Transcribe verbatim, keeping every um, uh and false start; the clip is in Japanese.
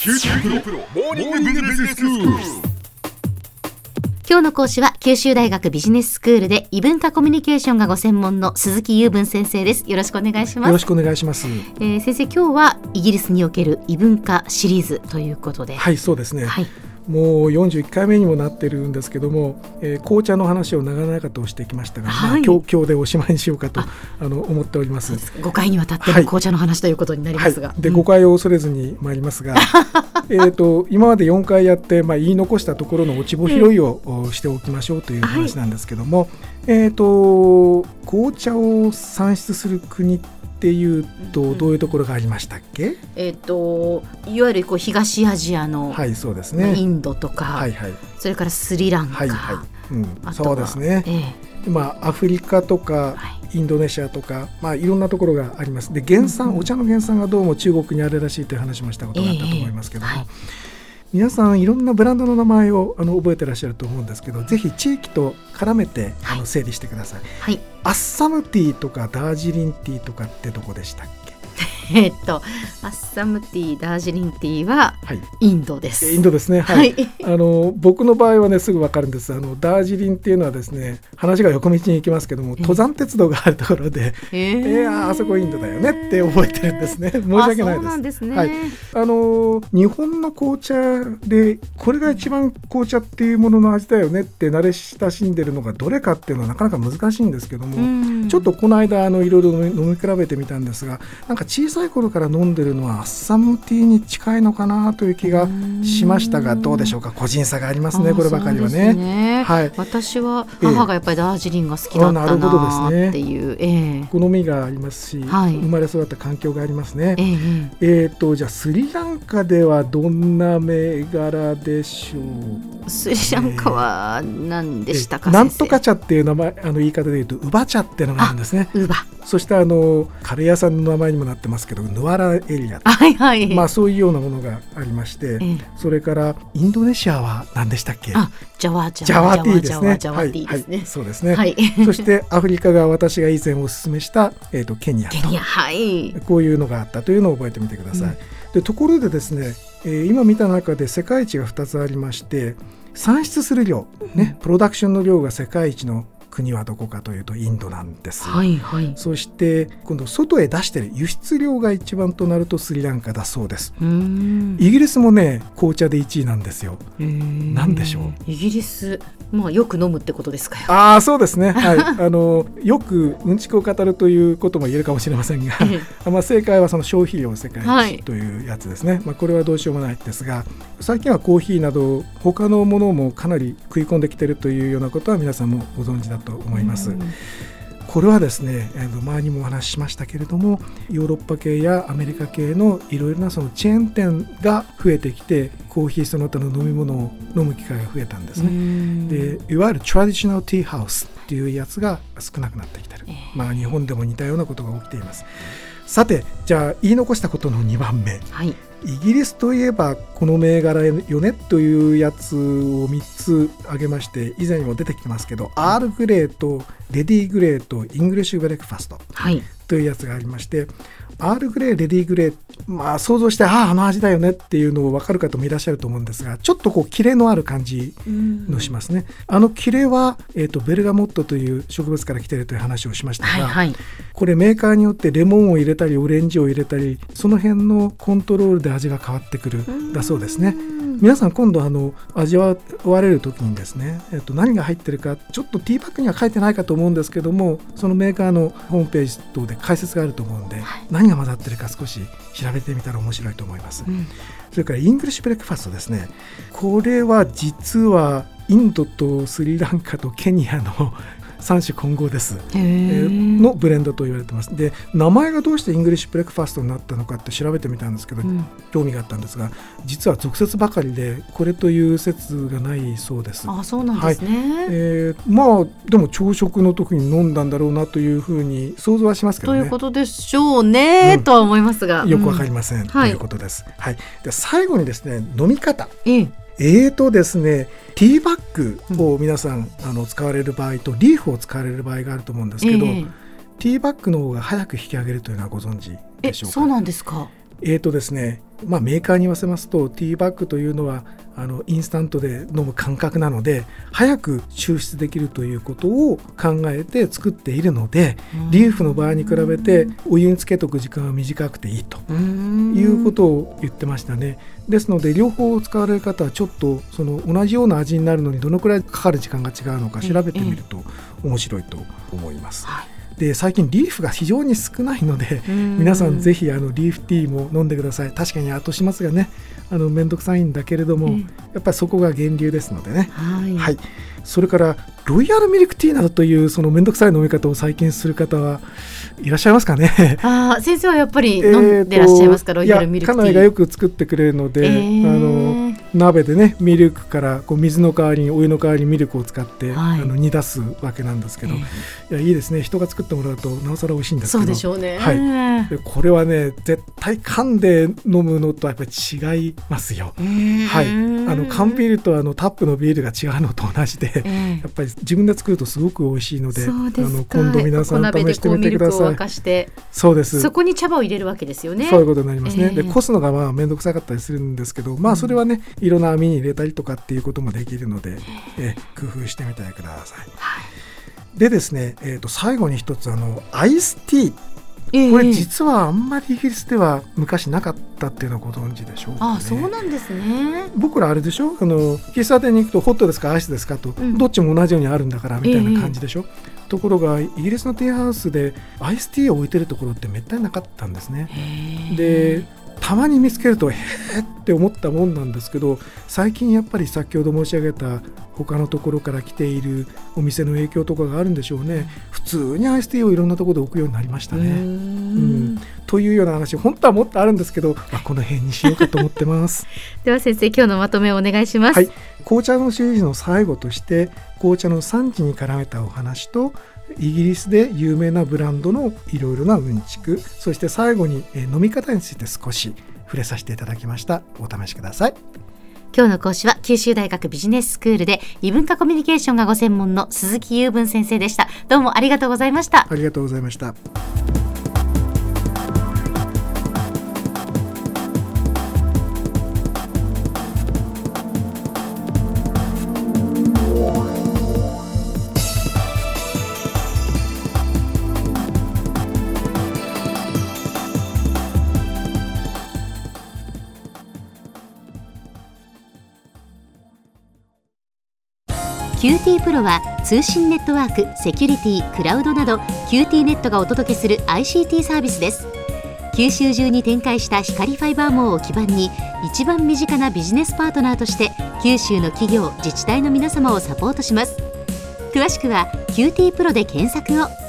キューティープロモーニングビジネススクール。 今日の講師は九州大学ビジネススクールで異文化コミュニケーションがご専門の鈴木雄文先生です。よろしくお願いします。 よろしくお願いします。 えー、先生、今日はイギリスにおける異文化シリーズということで。 はい、そうですね、 はい、 もうよんじゅういっかいめにもなってるんですけども、えー、紅茶の話を長々としてきましたが、 はい、 まあ、今日、今日でおしまいにしようかとああの思っております。 ごかいにわたっての紅茶の話ということになりますが、 はいはい、で、誤解を恐れずに参りますがえーと今までよんかいやって、まあ、言い残したところの落ち穂拾いをしておきましょうという話なんですけども、はい、えーと紅茶を産出する国っていうとどういうところがありましたっけ？ えー、といわゆるこう東アジアの、 はい、そうですね、 インドとか、はいはい、それからスリランカ、はいはい、うん、あとはそうですね、えーまあ、アフリカとか、はい、インドネシアとか、まあ、いろんなところがあります。で、原産、うん、お茶の原産がどうも中国にあるらしいという話もしたことがあったと思いますけども、えーはい、皆さんいろんなブランドの名前をあの覚えてらっしゃると思うんですけど、ぜひ地域と絡めてあの整理してください、はい、アッサムティーとかダージリンティーとかってどこでしたっけ？ えっとアッサムティー、ダージリンティーはインドです、 はい、インドですね、はいはい、あの僕の場合はねすぐ分かるんです。あのダージリンっていうのはですね、話が横道に行きますけども、登山鉄道があるところで、えーえー、あそこインドだよねって覚えてるんですね。申し訳ないです。あ、そうなんですね、はい、あの日本の紅茶でこれが一番紅茶っていうものの味だよねって慣れ親しんでるのがどれかっていうのはなかなか難しいんですけども、ちょっとこの間あのいろいろ飲み比べてみたんですが、なんか小さい頃から飲んでるのはアッサムティーに近いのかなという気がしましたが、どうでしょうか？個人差がありますね、こればかりは ね, ね、はい、私は母がやっぱりダージリンが好きだったなっていう、えーね、 好みがありますし、はい、生まれ育った環境がありますね、えーえー、とじゃあスリランカではどんな銘柄でしょう？ スリランカは何でしたか、 えー、なんとか茶っていう名前、あの言い方で言うとウバ茶っていうのがあるんですね。 ウバ、 そしてあのカレー屋さんの名前にもなってますけど、ヌアラエリア、 はいはい、 まあ、そういうようなものがありまして、えー、それからインドネシアは何でしたっけ？ あ、ジャワジャワティーですね。 ジャワティーですね、 はいはい、そうですね、はい、そしてアフリカが私が以前お勧めした、えー、とケニアとケニア、はい、 こういうのがあったというのを覚えてみてください、うん、でところでですね、えー、今見た中で世界一がふたつありまして、産出する量、ね、プロダクションの量が世界一の国はどこかというとインドなんです、 はいはい、 そして今度外へ出している輸出量が一番となるとスリランカだそうです。うーん、イギリスもね紅茶でいちいなんですよ。なんでしょう？ イギリス、まあ、よく飲むってことですかよ。 ああ、そうですね、はい、あのよくうんちくを語るということも言えるかもしれませんがまあ正解はその消費量世界一というやつですね、はい、まあ、これはどうしようもないですが、最近はコーヒーなど他のものもかなり食い込んできているというようなことは皆さんもご存知だと思います。これはですね、前にもお話ししましたけれども、ヨーロッパ系やアメリカ系のいろいろなそのチェーン店が増えてきて、コーヒーその他の飲み物を飲む機会が増えたんですね。で、いわゆるトラディショナルティーハウスっていうやつが少なくなってきている、えーまあ、日本でも似たようなことが起きています。さて、じゃあ言い残したことのにばんめ、はい、イギリスといえばこの銘柄よねというやつをみっつ挙げまして、以前にも出てきてますけど、アールグレーとレディーグレーとイングリッシュブレックファストというやつがありまして、アールグレー、レディーグレー、まあ、想像して、ああ、あの味だよねっていうのを分かる方もいらっしゃると思うんですが、ちょっとこうキレのある感じのしますね。あのキレは、えーと、ベルガモットという植物から来ているという話をしましたが、はいはい、これメーカーによってレモンを入れたりオレンジを入れたり、その辺のコントロールで味が変わってくるだそうですね。皆さん今度あの味わわれる時にですね、えーと、何が入ってるかちょっとティーバッグには書いてないかと思うんですけども、そのメーカーのホームページ等で解説があると思うんで、はい、何が混ざってるか少し調べてみたら面白いと思います、うん、それからイングリッシュブレックファストですね。これは実はインドとスリランカとケニアのさん種混合です、えー、のブレンドと言われてます。で、名前がどうしてイングリッシュブレックファストになったのかって調べてみたんですけど、うん、興味があったんですが、実は俗説ばかりでこれという説がないそうです。 あ、そうなんですね、はい、 えー、まあでも朝食の時に飲んだんだろうなというふうに想像はしますけどね。 ということでしょうね、うん、とは思いますが、 よくわかりません、うん、ということです、はいはい、で最後にですね、飲み方、 うんえーとですね、ティーバッグを皆さん、うん、あの使われる場合とリーフを使われる場合があると思うんですけど、えー、ティーバッグの方が早く引き上げるというのはご存知でしょうか？ え、そうなんですか？ えーとですね、 まあ、メーカーに言わせますとティーバッグというのはあのインスタントで飲む感覚なので早く抽出できるということを考えて作っているので、リーフの場合に比べてお湯につけとく時間は短くていいということを言ってましたね。ですので両方使われる方はちょっとその同じような味になるのにどのくらいかかる時間が違うのか調べてみると面白いと思います。で最近リーフが非常に少ないので皆さんぜひあのリーフティーも飲んでください。確かに後始末がねあのめんどくさいんだけれども、うん、やっぱりそこが源流ですのでね、はいはい、それからロイヤルミルクティーなどというそのめんどくさい飲み方を最近する方はいらっしゃいますかね。 あ先生はやっぱり飲んでらっしゃいますか、えー、ロイヤルミルクティー。 家内がよく作ってくれるので、えー、あの鍋でねミルクからこう水の代わりにお湯の代わりにミルクを使って、はい、あの煮出すわけなんですけど、えー、いやいいですね。人が作ってもらうとなおさら美味しいんですけど。 そうでしょうね、 はい、でこれはね絶対缶で飲むのとはやっぱり違いますよ。はい、あの缶ビールとあのタップのビールが違うのと同じで、えー、やっぱり自分で作るとすごく美味しいの で, あの今度皆さん試してみてください。 沸かしてそうです。 そこに茶葉を入れるわけですよね。 そういうことになりますね、えー、でこすのがまあめんどくさかったりするんですけど、まあそれはね、うん、いろんな網に入れたりとかっていうこともできるので、えー、工夫してみてください、はい、でですね、えー、と最後に一つあのアイスティー、えー、これ実はあんまりイギリスでは昔なかったっていうのをご存知でしょうかね。 ああそうなんですね。 僕らあれでしょ、あの喫茶店に行くとホットですかアイスですかと、うん、どっちも同じようにあるんだからみたいな感じでしょ、えー、ところがイギリスのティーハウスでアイスティーを置いてるところってめったになかったんですね。でたまに見つけるとへーって思ったもんなんですけど、最近やっぱり先ほど申し上げた他のところから来ているお店の影響とかがあるんでしょうね。普通にアイスティーをいろんなところで置くようになりましたね。うん、というような話本当はもっとあるんですけど、まあ、この辺にしようかと思ってますでは先生今日のまとめをお願いします。 はい、紅茶のシリーズの最後として紅茶の産地に絡めたお話とイギリスで有名なブランドのいろいろなうんちく、そして最後に飲み方について少し触れさせていただきました。お試しください。 今日の講師は九州大学ビジネススクールで異文化コミュニケーションがご専門の鈴木雄文先生でした。どうもありがとうございました。 ありがとうございました。 キューティー プロは通信ネットワーク、セキュリティ、クラウドなど キューティー ネットがお届けする アイシーティー サービスです。九州中に展開した光ファイバー網を基盤に一番身近なビジネスパートナーとして九州の企業、自治体の皆様をサポートします。詳しくは キューティー プロで検索を。